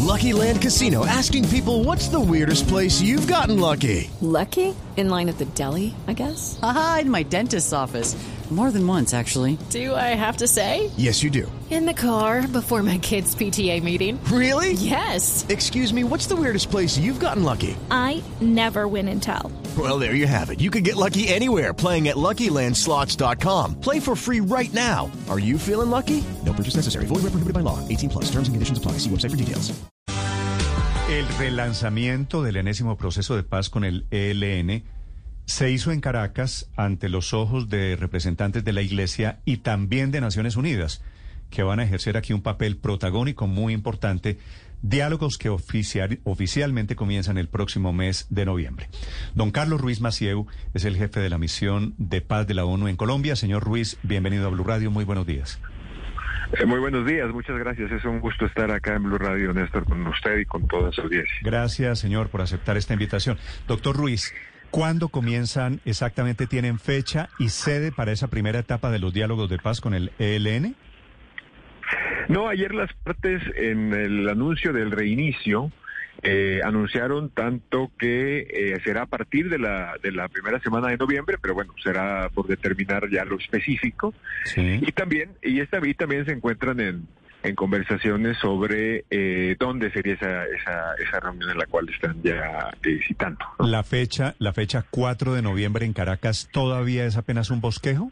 Lucky Land Casino, asking people, what's the weirdest place you've gotten lucky? Lucky? In line at the deli, I guess? Aha, in my dentist's office. More than once, actually. Do I have to say? Yes, you do. In the car before my kids' PTA meeting. Really? Yes. Excuse me, what's the weirdest place you've gotten lucky? I never win and tell. Well, there you have it. You can get lucky anywhere, playing at LuckyLandSlots.com. Play for free right now. Are you feeling lucky? No purchase necessary. Void where prohibited by law. 18+. Terms and conditions apply. See website for details. El relanzamiento del enésimo proceso de paz con el ELN se hizo en Caracas ante los ojos de representantes de la Iglesia y también de Naciones Unidas, que van a ejercer aquí un papel protagónico muy importante, diálogos que oficialmente comienzan el próximo mes de noviembre. Don Carlos Ruiz Massieu es el jefe de la misión de paz de la ONU en Colombia. Señor Ruiz, bienvenido a Blue Radio, muy buenos días. Muy buenos días, muchas gracias. Es un gusto estar acá en Blue Radio, Néstor, con usted y con toda su audiencia. Gracias, señor, por aceptar esta invitación. Doctor Ruiz, ¿cuándo comienzan exactamente? ¿Tienen fecha y sede para esa primera etapa de los diálogos de paz con el ELN? No, ayer las partes en el anuncio del reinicio anunciaron tanto que será a partir de la primera semana de noviembre, pero bueno, será por determinar ya lo específico. Sí. Y también se encuentran en conversaciones sobre dónde sería esa reunión en la cual están ya citando, ¿no? La fecha 4 de noviembre en Caracas, ¿todavía es apenas un bosquejo?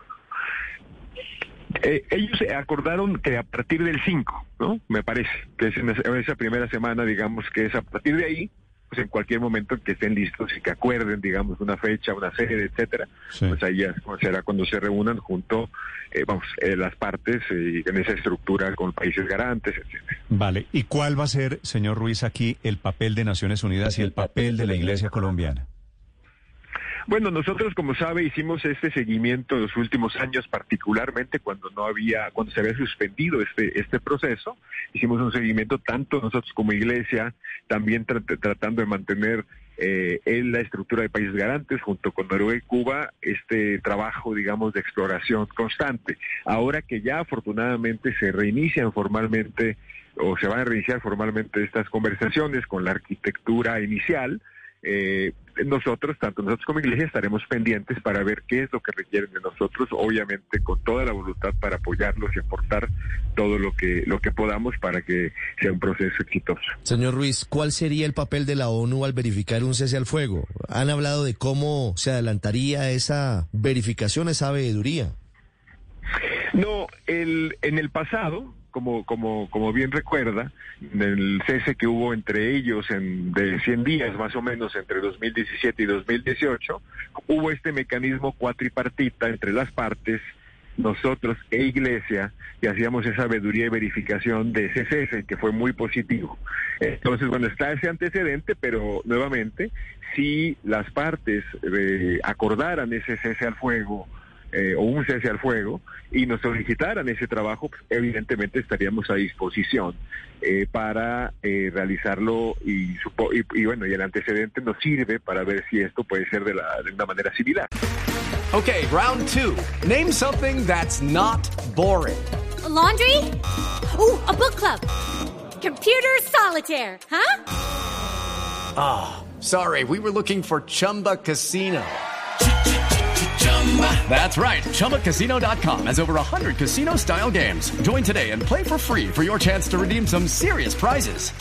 Ellos acordaron que a partir del 5, ¿no? Me parece que es en esa primera semana, digamos, que es a partir de ahí, pues en cualquier momento que estén listos y que acuerden, digamos, una fecha, una sede, etcétera, sí. Pues ahí ya será cuando se reúnan junto, las partes en esa estructura con países garantes, etcétera. Vale, ¿y cuál va a ser, señor Ruiz, aquí el papel de Naciones Unidas y el papel de la Iglesia colombiana? Bueno, nosotros, como sabe, hicimos este seguimiento en los últimos años, particularmente cuando se había suspendido este proceso. Hicimos un seguimiento tanto nosotros como Iglesia, también tratando de mantener en la estructura de países garantes, junto con Noruega y Cuba, este trabajo, digamos, de exploración constante. Ahora que ya afortunadamente se reinician formalmente, o se van a reiniciar formalmente estas conversaciones con la arquitectura inicial, tanto nosotros como Iglesia, estaremos pendientes para ver qué es lo que requieren de nosotros, obviamente con toda la voluntad para apoyarlos y aportar todo lo que podamos para que sea un proceso exitoso. Señor Ruiz, ¿cuál sería el papel de la ONU al verificar un cese al fuego? ¿Han hablado de cómo se adelantaría esa verificación, esa veeduría? No, en el pasado, como bien recuerda, en el cese que hubo entre ellos de 100 días más o menos entre 2017 y 2018, hubo este mecanismo cuatripartita entre las partes, nosotros e Iglesia, que hacíamos esa veeduría y verificación de ese cese, que fue muy positivo. Entonces, bueno, está ese antecedente, pero nuevamente, si las partes acordaran ese cese al fuego, o un cese al fuego, y nos solicitaran ese trabajo, pues, evidentemente estaríamos a disposición para realizarlo, y bueno, y el antecedente nos sirve para ver si esto puede ser de una manera similar. Okay, round 2. Name something that's not boring. A laundry? Ooh, a book club. Computer solitaire, huh? Ah, sorry, we were looking for Chumba Casino. That's right. ChumbaCasino.com has over 100 casino-style games. Join today and play for free for your chance to redeem some serious prizes.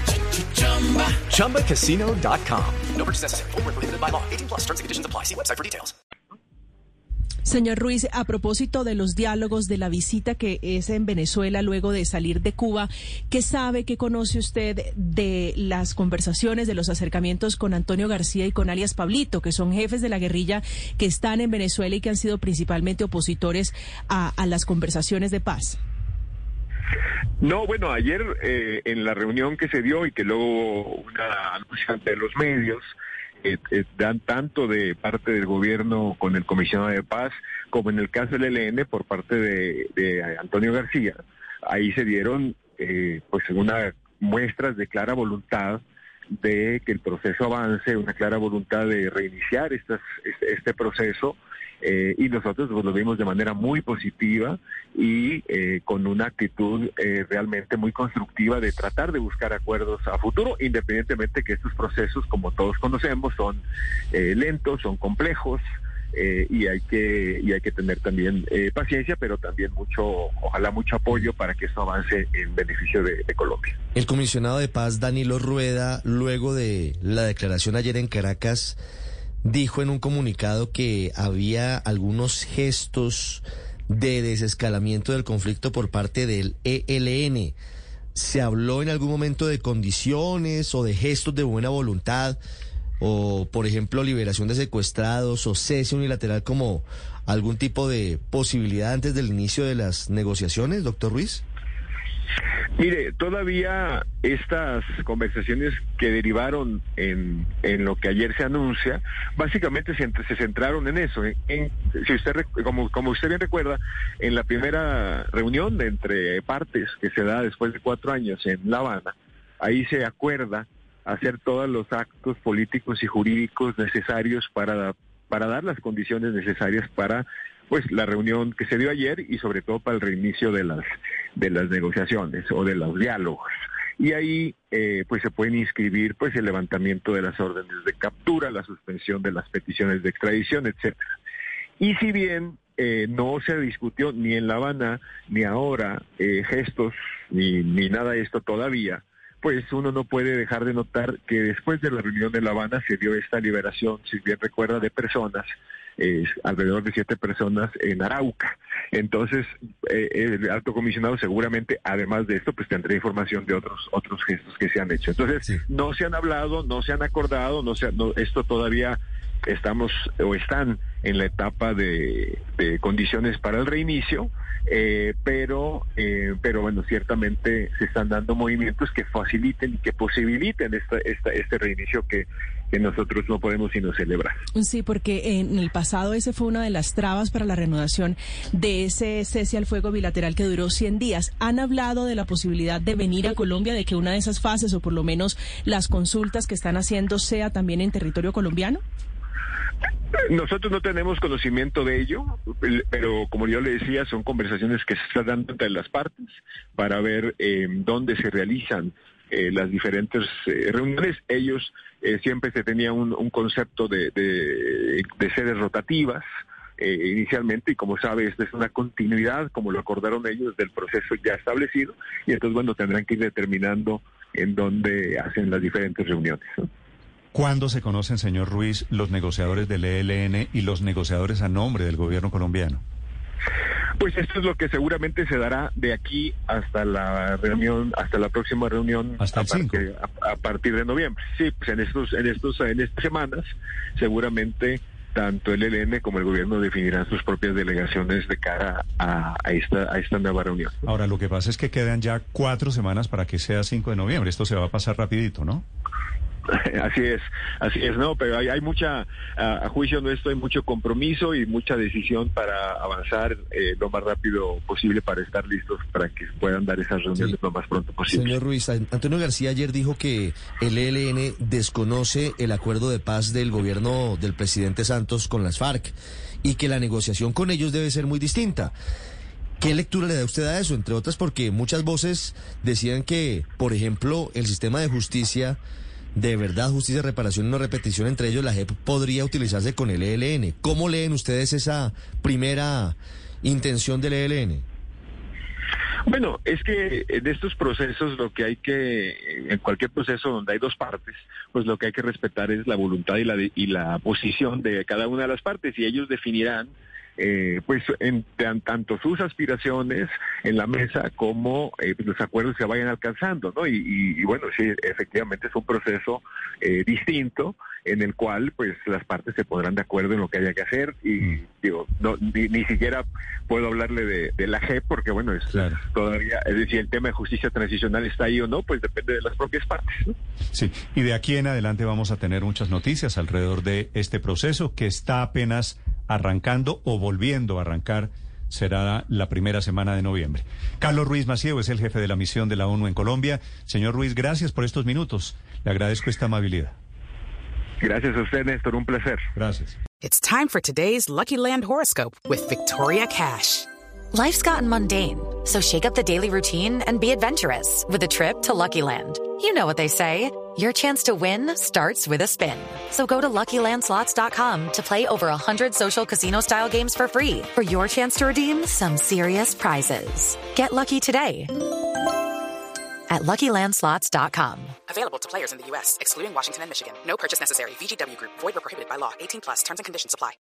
ChumbaCasino.com. No purchase necessary. Void where prohibited by law. 18+. Terms and conditions apply. See website for details. Señor Ruiz, a propósito de los diálogos, de la visita que es en Venezuela luego de salir de Cuba, ¿qué sabe, qué conoce usted de las conversaciones, de los acercamientos con Antonio García y con alias Pablito, que son jefes de la guerrilla que están en Venezuela y que han sido principalmente opositores a las conversaciones de paz? No, bueno, ayer en la reunión que se dio y que luego una anuncia ante los medios, dan tanto de parte del gobierno con el comisionado de paz como en el caso del ELN por parte de Antonio García. Ahí se dieron unas muestras de clara voluntad de que el proceso avance, una clara voluntad de reiniciar este proceso y nosotros pues, lo vimos de manera muy positiva y con una actitud realmente muy constructiva de tratar de buscar acuerdos a futuro, independientemente que estos procesos, como todos conocemos, son lentos, son complejos, y hay que tener también paciencia, pero también ojalá mucho apoyo para que esto avance en beneficio de Colombia. El comisionado de paz Danilo Rueda, luego de la declaración ayer en Caracas, dijo en un comunicado que había algunos gestos de desescalamiento del conflicto por parte del ELN. ¿Se habló en algún momento de condiciones o de gestos de buena voluntad? O, por ejemplo, liberación de secuestrados o cese unilateral como algún tipo de posibilidad antes del inicio de las negociaciones, doctor Ruiz? Mire, todavía estas conversaciones que derivaron en lo que ayer se anuncia, básicamente se centraron en eso. Si usted, como usted bien recuerda, en la primera reunión entre partes que se da después de 4 años en La Habana, ahí se acuerda hacer todos los actos políticos y jurídicos necesarios para dar las condiciones necesarias para pues la reunión que se dio ayer y sobre todo para el reinicio de las negociaciones o de los diálogos. Y ahí pues se pueden inscribir pues el levantamiento de las órdenes de captura, la suspensión de las peticiones de extradición, etcétera. Y si bien no se discutió ni en La Habana ni ahora gestos ni nada de esto todavía, pues uno no puede dejar de notar que después de la reunión de La Habana se dio esta liberación, si bien recuerda, de personas, alrededor de 7 personas en Arauca. Entonces, el alto comisionado seguramente, además de esto, pues tendrá información de otros gestos que se han hecho. Entonces, sí, no se han hablado, no se han acordado, esto todavía están en la etapa de condiciones para el reinicio, pero bueno, ciertamente se están dando movimientos que faciliten y que posibiliten este reinicio que nosotros no podemos sino celebrar. Sí, porque en el pasado ese fue una de las trabas para la reanudación de ese cese al fuego bilateral que duró 100 días. ¿Han hablado de la posibilidad de venir a Colombia, de que una de esas fases o por lo menos las consultas que están haciendo sea también en territorio colombiano? Nosotros no tenemos conocimiento de ello, pero como yo le decía, son conversaciones que se están dando entre las partes para ver dónde se realizan las diferentes reuniones. Ellos siempre se tenía un concepto de sedes rotativas inicialmente, y como sabe, esta es una continuidad, como lo acordaron ellos, del proceso ya establecido, y entonces, bueno, tendrán que ir determinando en dónde hacen las diferentes reuniones, ¿no? ¿Cuándo se conocen, señor Ruiz, los negociadores del ELN y los negociadores a nombre del gobierno colombiano? Pues esto es lo que seguramente se dará de aquí hasta la próxima reunión, hasta el 5. A partir de noviembre. Sí, pues en estas semanas seguramente tanto el ELN como el gobierno definirán sus propias delegaciones de cara a esta nueva reunión. Ahora, lo que pasa es que quedan ya 4 semanas para que sea 5 de noviembre. Esto se va a pasar rapidito, ¿no? Así es, no, pero hay mucha, a juicio nuestro, hay mucho compromiso y mucha decisión para avanzar lo más rápido posible para estar listos para que puedan dar esas reuniones lo más pronto posible. Señor Ruiz, Antonio García ayer dijo que el ELN desconoce el acuerdo de paz del gobierno del presidente Santos con las FARC y que la negociación con ellos debe ser muy distinta. ¿Qué lectura le da usted a eso? Entre otras porque muchas voces decían que, por ejemplo, el sistema de justicia, de verdad, justicia, reparación y no repetición, entre ellos la JEP, podría utilizarse con el ELN. ¿Cómo leen ustedes esa primera intención del ELN? Bueno, es que en estos procesos lo que hay que, en cualquier proceso donde hay 2 partes, pues lo que hay que respetar es la voluntad y la posición de cada una de las partes, y ellos definirán pues tanto sus aspiraciones en la mesa como los acuerdos que vayan alcanzando, ¿no? Y bueno, sí, efectivamente es un proceso distinto en el cual pues las partes se pondrán de acuerdo en lo que haya que hacer, y digo, ni siquiera puedo hablarle de la JEP porque bueno, es claro, todavía, es decir, el tema de justicia transicional está ahí o no, pues depende de las propias partes, ¿no? Sí, y de aquí en adelante vamos a tener muchas noticias alrededor de este proceso que está apenas arrancando o volviendo a arrancar. Será la primera semana de noviembre. Carlos Ruiz Massieu es el jefe de la misión de la ONU en Colombia. Señor Ruiz, gracias por estos minutos. Le agradezco esta amabilidad. Gracias a usted, Néstor, un placer. Gracias. It's time for today's Lucky Land horoscope with Victoria Cash. Life's gotten mundane, so shake up the daily routine and be adventurous with a trip to Lucky Land. You know what they say, your chance to win starts with a spin. So go to LuckyLandSlots.com to play over 100 social casino-style games for free for your chance to redeem some serious prizes. Get lucky today at LuckyLandSlots.com. Available to players in the U.S., excluding Washington and Michigan. No purchase necessary. VGW Group. Void where prohibited by law. 18+. Terms and conditions apply.